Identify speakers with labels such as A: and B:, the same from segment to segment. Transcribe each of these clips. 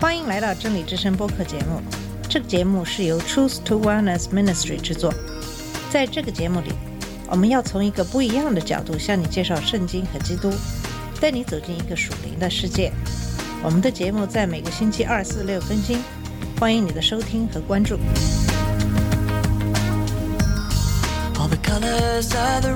A: 欢迎来到真理之声播客节目。这个节目是由 Truth to Wellness Ministry 制作。在这个节目里，我们要从一个不一样的角度向你介绍圣经和基督，带你走进一个属灵的世界。我们的节目在每个星期2、4、6更新，欢迎你的收听和关注。All the colors of the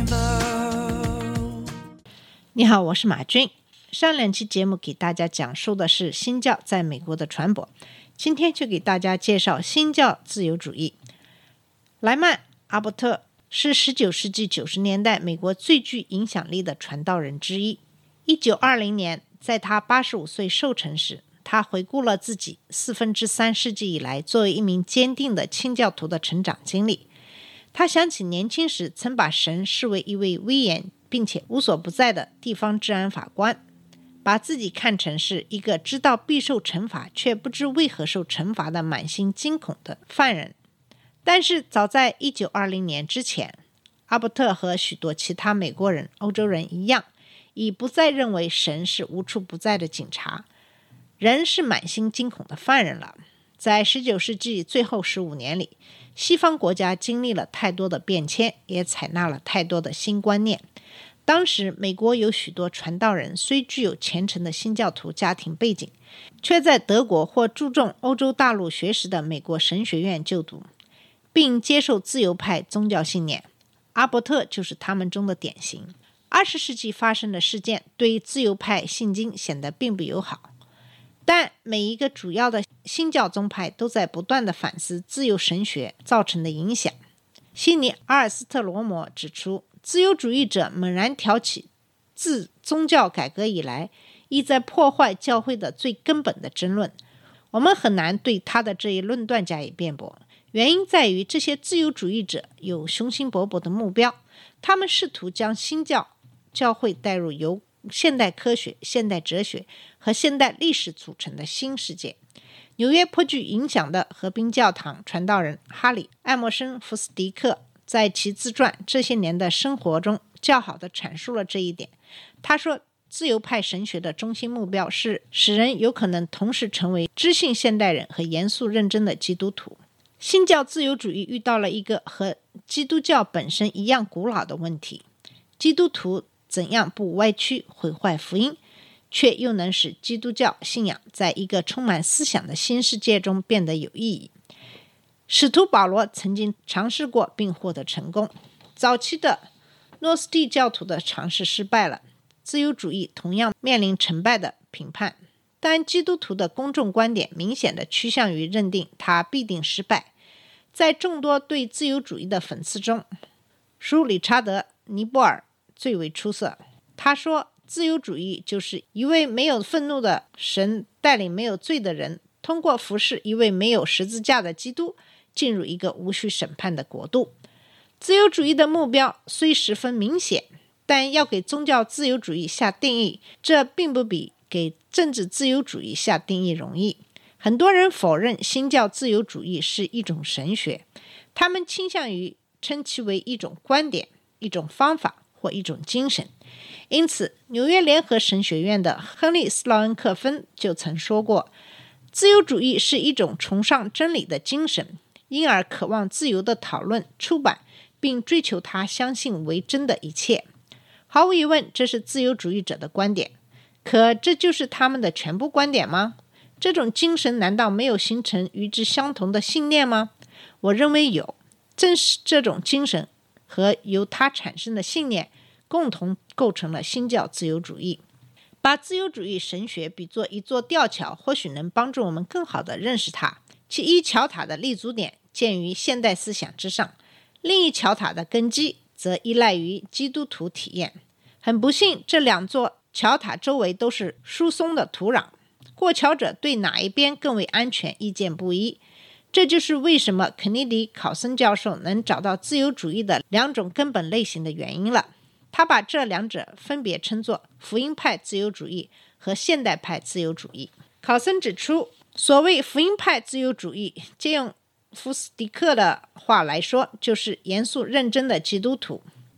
A: rainbow。 你好，我是马军。上两期节目给大家讲述的是新教在美国的传播，今天就给大家介绍新教自由主义。莱曼·阿伯特是19世纪90年代美国最具影响力的传道人之一。1920年，在他85岁寿辰时，他回顾了自己3/4世纪以来作为一名坚定的清教徒的成长经历。他想起年轻时曾把神视为一位威严并且无所不在的地方治安法官，把自己看成是一个知道必受惩罚却不知为何受惩罚的满心惊恐的犯人。但是早在1920年之前，阿伯特和许多其他美国人、欧洲人一样，已不再认为神是无处不在的警察，人是满心惊恐的犯人了。在19世纪最后15年里，西方国家经历了太多的变迁，也采纳了太多的新观念。当时美国有许多传道人虽具有虔诚的新教徒家庭背景，却在德国或注重欧洲大陆学识的美国神学院就读，并接受自由派宗教信念。阿伯特就是他们中的典型。20世纪发生的事件对自由派信经显得并不友好，但每一个主要的新教宗派都在不断地反思自由神学造成的影响。悉尼·阿尔斯特罗摩指出，自由主义者猛然挑起自宗教改革以来意在破坏教会的最根本的争论。我们很难对他的这一论断加以辩驳，原因在于这些自由主义者有雄心勃勃的目标，他们试图将新教会带入由现代科学、现代哲学和现代历史组成的新世界。纽约颇具影响的河滨教堂传道人哈里·艾默生·福斯迪克在其自传《这些年的生活》中较好地阐述了这一点。他说，自由派神学的中心目标是使人有可能同时成为知性现代人和严肃认真的基督徒。新教自由主义遇到了一个和基督教本身一样古老的问题：基督徒怎样不歪曲毁坏福音，却又能使基督教信仰在一个充满思想的新世界中变得有意义。使徒保罗曾经尝试过并获得成功，早期的诺斯蒂教徒的尝试失败了，自由主义同样面临成败的评判，但基督徒的公众观点明显地趋向于认定它必定失败。在众多对自由主义的讽刺中，属理查德·尼泊尔最为出色。他说，自由主义就是一位没有愤怒的神带领没有罪的人，通过服侍一位没有十字架的基督，进入一个无需审判的国度。自由主义的目标虽十分明显，但要给宗教自由主义下定义，这并不比给政治自由主义下定义容易。很多人否认新教自由主义是一种神学，他们倾向于称其为一种观点、一种方法或一种精神。因此，纽约联合神学院的亨利·斯劳恩克芬就曾说过，自由主义是一种崇尚真理的精神，因而渴望自由的讨论、出版，并追求他相信为真的一切。毫无疑问，这是自由主义者的观点。可这就是他们的全部观点吗？这种精神难道没有形成与之相同的信念吗？我认为有。正是这种精神和由它产生的信念共同构成了新教自由主义。把自由主义神学比作一座吊桥，或许能帮助我们更好地认识它。其一桥塔的立足点建于现代思想之上，另一桥塔的根基则依赖于基督徒体验。很不幸，这两座桥塔周围都是疏松的土壤，过桥者对哪一边更为安全意见不一。这就是为什么肯尼迪·考森教授能找到自由主义的两种根本类型的原因了。他把这两者分别称作福音派自由主义和现代派自由主义。考森指出，所谓福音派自由主义，借用福斯迪克的话来说，就是严肃认真的基督徒。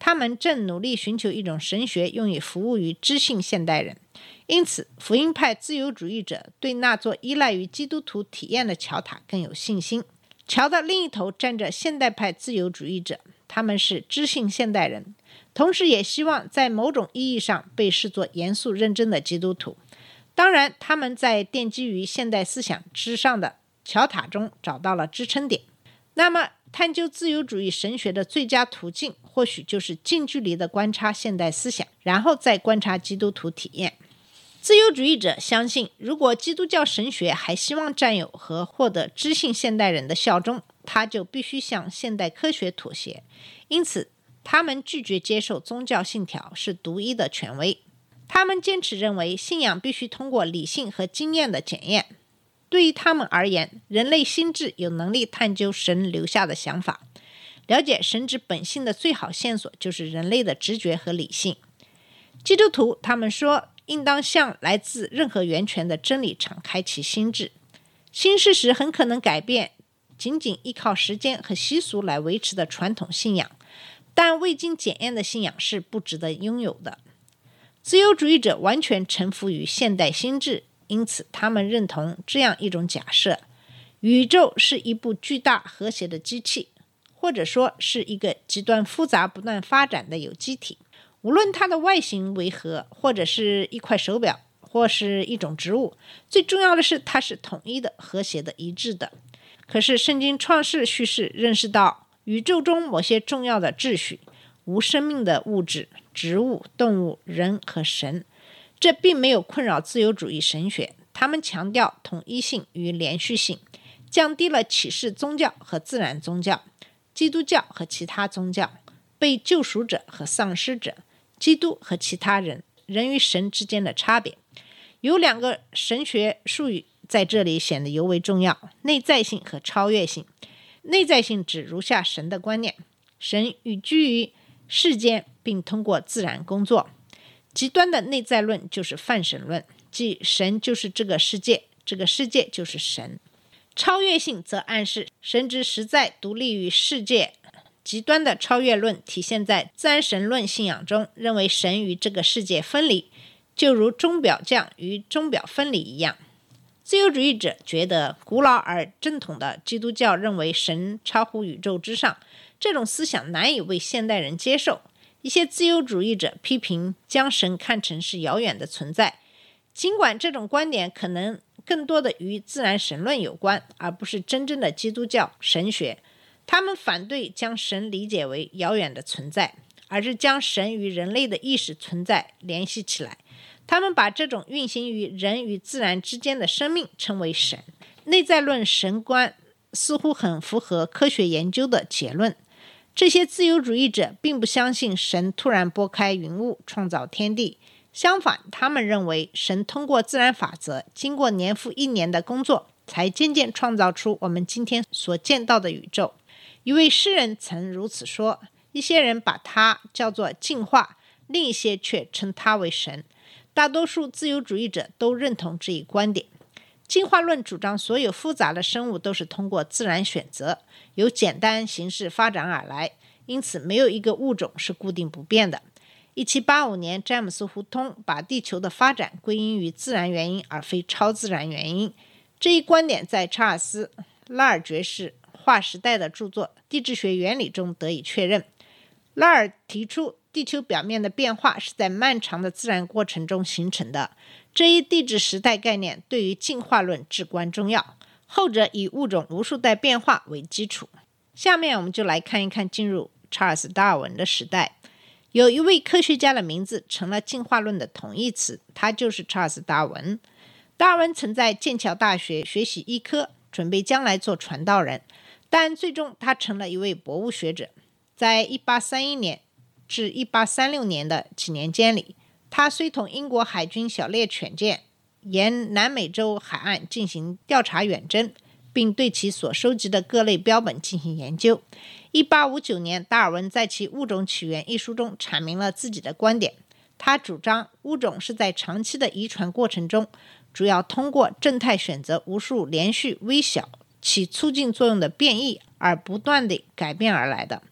A: 他们正努力寻求一种神学用以服务于知性现代人。因此，福音派自由主义者对那座依赖于基督徒体验的桥塔更有信心。桥的另一头站着现代派自由主义者，他们是知性现代人，同时也希望在某种意义上被视作严肃认真的基督徒。当然，他们在奠基于现代思想之上的桥塔中找到了支撑点。那么，探究自由主义神学的最佳途径，或许就是近距离地观察现代思想，然后再观察基督徒体验。自由主义者相信，如果基督教神学还希望占有和获得知性现代人的效忠，他就必须向现代科学妥协。因此，他们拒绝接受宗教信条是独一的权威。他们坚持认为，信仰必须通过理性和经验的检验。对于他们而言，人类心智有能力探究神留下的想法。了解神之本性的最好线索就是人类的直觉和理性。基督徒，他们说，应当向来自任何源泉的真理敞开其心智。新事实很可能改变仅仅依靠时间和习俗来维持的传统信仰，但未经检验的信仰是不值得拥有的。自由主义者完全臣服于现代心智，因此他们认同这样一种假设：宇宙是一部巨大和谐的机器，或者说是一个极端复杂不断发展的有机体。无论它的外形为何，或者是一块手表，或是一种植物，最重要的是它是统一的、和谐的、一致的。可是圣经创世叙事认识到宇宙中某些重要的秩序，无生命的物质、植物、动物、人和神。这并没有困扰自由主义神学，他们强调统一性与连续性，降低了启示宗教和自然宗教、基督教和其他宗教、被救赎者和丧失者、基督和其他人、人与神之间的差别。有两个神学术语在这里显得尤为重要：内在性和超越性。内在性指如下神的观念：神寓居于世间，并通过自然工作。极端的内在论就是泛神论，即神就是这个世界，这个世界就是神。超越性则暗示神之实在独立于世界。极端的超越论体现在自然神论信仰中，认为神与这个世界分离，就如钟表匠与钟表分离一样。自由主义者觉得古老而正统的基督教认为神超乎宇宙之上，这种思想难以为现代人接受。一些自由主义者批评将神看成是遥远的存在，尽管这种观点可能更多的与自然神论有关，而不是真正的基督教神学。他们反对将神理解为遥远的存在，而是将神与人类的意识存在联系起来。他们把这种运行于人与自然之间的生命称为神。内在论神观似乎很符合科学研究的结论。这些自由主义者并不相信神突然拨开云雾创造天地，相反，他们认为神通过自然法则，经过年复一年的工作，才渐渐创造出我们今天所见到的宇宙。一位诗人曾如此说：一些人把它叫做进化，另一些却称它为神。大多数自由主义者都认同这一观点。进化论主张所有复杂的生物都是通过自然选择由简单形式发展而来，因此没有一个物种是固定不变的。1785年，詹姆斯·胡通把地球的发展归因于自然原因而非超自然原因。这一观点在查尔斯·拉尔爵士划时代的著作《地质学原理》中得以确认。拉尔提出地球表面的变化是在漫长的自然过程中形成的，这一地质时代概念对于进化论至关重要，后者以物种无数代变化为基础。下面我们就来看一看进入查尔斯·达尔文的时代。有一位科学家的名字成了进化论的同义词，他就是查尔斯·达尔文。达尔文曾在剑桥大学学习医科，准备将来做传道人，但最终他成了一位博物学者。在1831年至1836年的几年间里，他随同英国海军小猎犬舰沿南美洲海岸进行调查远征，并对其所收集的各类标本进行研究。1859年，达尔文在其《物种起源》一书中阐明了自己的观点。他主张物种是在长期的遗传过程中，主要通过正态选择无数连续微小起促进作用的变异而不断地改变而来的。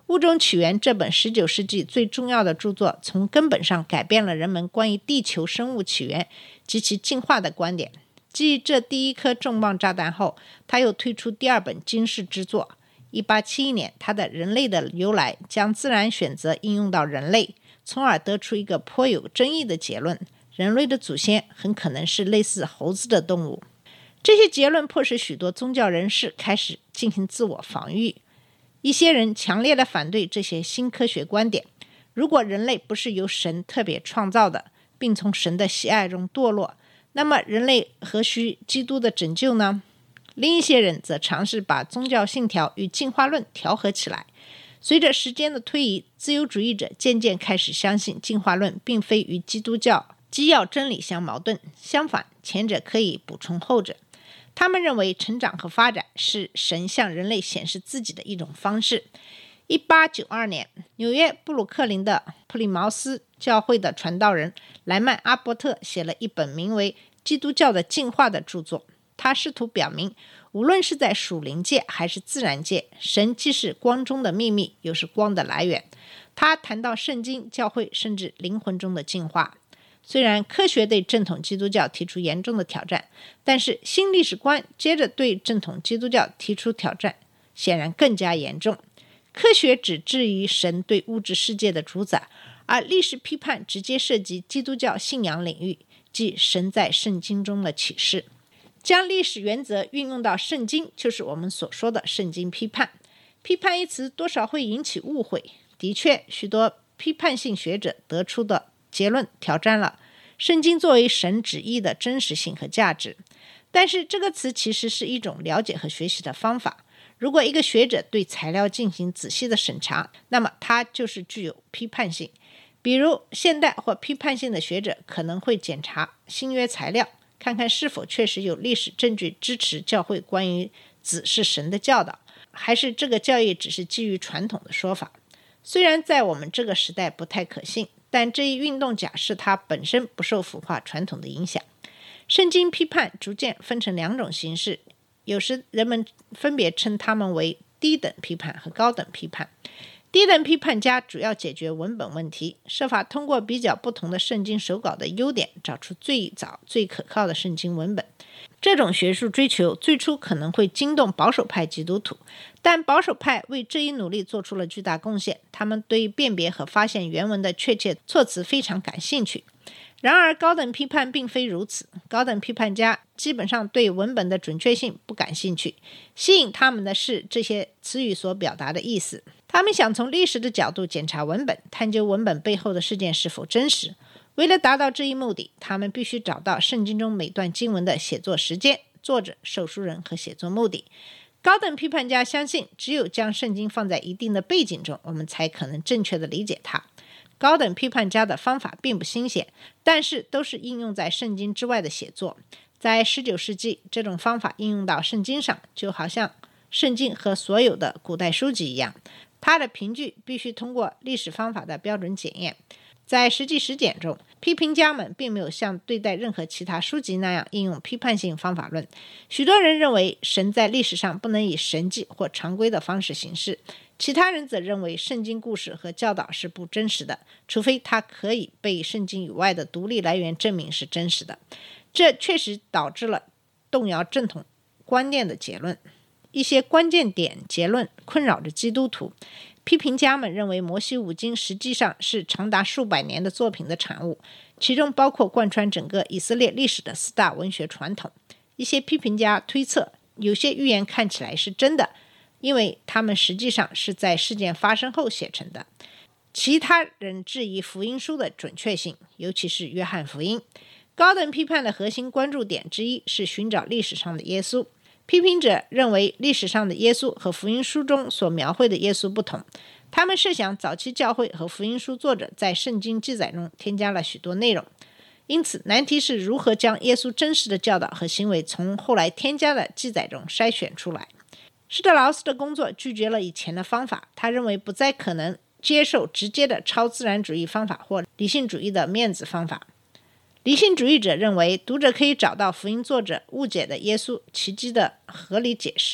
A: 物种起源》这本19世纪最重要的著作，从根本上改变了人们关于地球生物起源及其进化的观点。继这第一颗重磅炸弹后，他又推出第二本惊世之作。1871年，他的《人类的由来》将自然选择应用到人类，从而得出一个颇有争议的结论：人类的祖先很可能是类似猴子的动物。这些结论迫使许多宗教人士开始进行自我防御。一些人强烈地反对这些新科学观点。如果人类不是由神特别创造的，并从神的喜爱中堕落，那么人类何须基督的拯救呢？另一些人则尝试把宗教信条与进化论调和起来。随着时间的推移，自由主义者渐渐开始相信进化论并非与基督教基要真理相矛盾，相反，前者可以补充后者。他们认为成长和发展是神向人类显示自己的一种方式。1892年，纽约布鲁克林的普利茅斯教会的传道人莱曼·阿伯特写了一本名为《基督教的进化》的著作。他试图表明，无论是在属灵界还是自然界，神既是光中的秘密，又是光的来源。他谈到圣经、教会甚至灵魂中的进化。虽然科学对正统基督教提出严重的挑战，但是新历史观接着对正统基督教提出挑战，显然更加严重。科学只质疑神对物质世界的主宰，而历史批判直接涉及基督教信仰领域，即神在圣经中的启示。将历史原则运用到圣经，就是我们所说的圣经批判。批判一词多少会引起误会。的确，许多批判性学者得出的结论挑战了圣经作为神旨意的真实性和价值。但是这个词其实是一种了解和学习的方法。如果一个学者对材料进行仔细的审查，那么它就是具有批判性。比如现代或批判性的学者可能会检查新约材料，看看是否确实有历史证据支持教会关于子是神的教导，还是这个教义只是基于传统的说法。虽然在我们这个时代不太可信，但这一运动假设它本身不受腐化传统的影响。圣经批判逐渐分成两种形式，有时人们分别称它们为低等批判和高等批判。低等批判家主要解决文本问题，设法通过比较不同的圣经手稿的优点，找出最早最可靠的圣经文本。这种学术追求最初可能会惊动保守派基督徒，但保守派为这一努力做出了巨大贡献，他们对辨别和发现原文的确切措辞非常感兴趣。然而高等批判并非如此，高等批判家基本上对文本的准确性不感兴趣，吸引他们的是这些词语所表达的意思。他们想从历史的角度检查文本，探究文本背后的事件是否真实。为了达到这一目的，他们必须找到圣经中每段经文的写作时间、作者、受书人和写作目的。高等批判家相信，只有将圣经放在一定的背景中，我们才可能正确地理解它。高等批判家的方法并不新鲜，但是都是应用在圣经之外的写作。在19世纪，这种方法应用到圣经上，就好像圣经和所有的古代书籍一样，它的凭据必须通过历史方法的标准检验。在实际实践中，批评家们并没有像对待任何其他书籍那样应用批判性方法论。许多人认为神在历史上不能以神迹或常规的方式行事，其他人则认为圣经故事和教导是不真实的，除非它可以被圣经以外的独立来源证明是真实的。这确实导致了动摇正统观念的结论。一些关键点结论困扰着基督徒。批评家们认为摩西五经实际上是长达数百年的作品的产物，其中包括贯穿整个以色列历史的4大文学传统。一些批评家推测，有些预言看起来是真的，因为它们实际上是在事件发生后写成的。其他人质疑福音书的准确性，尤其是约翰福音。高等批判的核心关注点之一是寻找历史上的耶稣。批评者认为历史上的耶稣和福音书中所描绘的耶稣不同，他们设想早期教会和福音书作者在圣经记载中添加了许多内容，因此难题是如何将耶稣真实的教导和行为从后来添加的记载中筛选出来。施特劳斯的工作拒绝了以前的方法，他认为不再可能接受直接的超自然主义方法或理性主义的面子方法。理性主义者认为读者可以找到福音作者误解的耶稣奇迹的合理解释。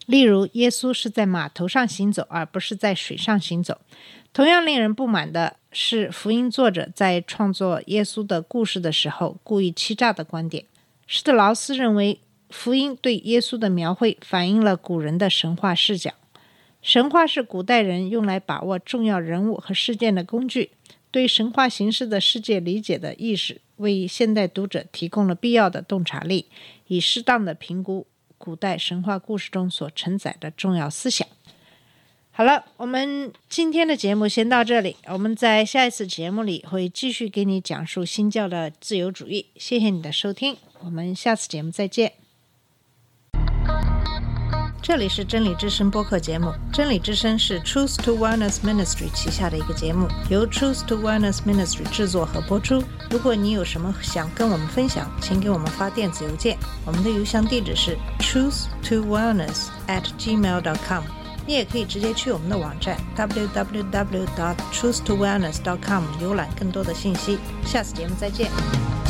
A: 例如耶稣是在马头上行走，而不是在水上行走。同样令人不满的是福音作者在创作耶稣的故事的时候故意欺诈的观点。施特劳斯认为福音对耶稣的描绘反映了古人的神话视角。神话是古代人用来把握重要人物和事件的工具，对神话形式的世界理解的意识为现代读者提供了必要的洞察力，以适当的评估古代神话故事中所承载的重要思想。好了，我们今天的节目先到这里，我们在下一次节目里会继续给你讲述新教的自由主义。谢谢你的收听，我们下次节目再见。这里是真理之声播客节目，真理之声是 Truth to Wellness Ministry 旗下的一个节目，由 Truth to Wellness Ministry 制作和播出。如果你有什么想跟我们分享，请给我们发电子邮件，我们的邮箱地址是 truthtowellness@gmail.com。你也可以直接去我们的网站 www.truthtowellness.com 浏览更多的信息。下次节目再见。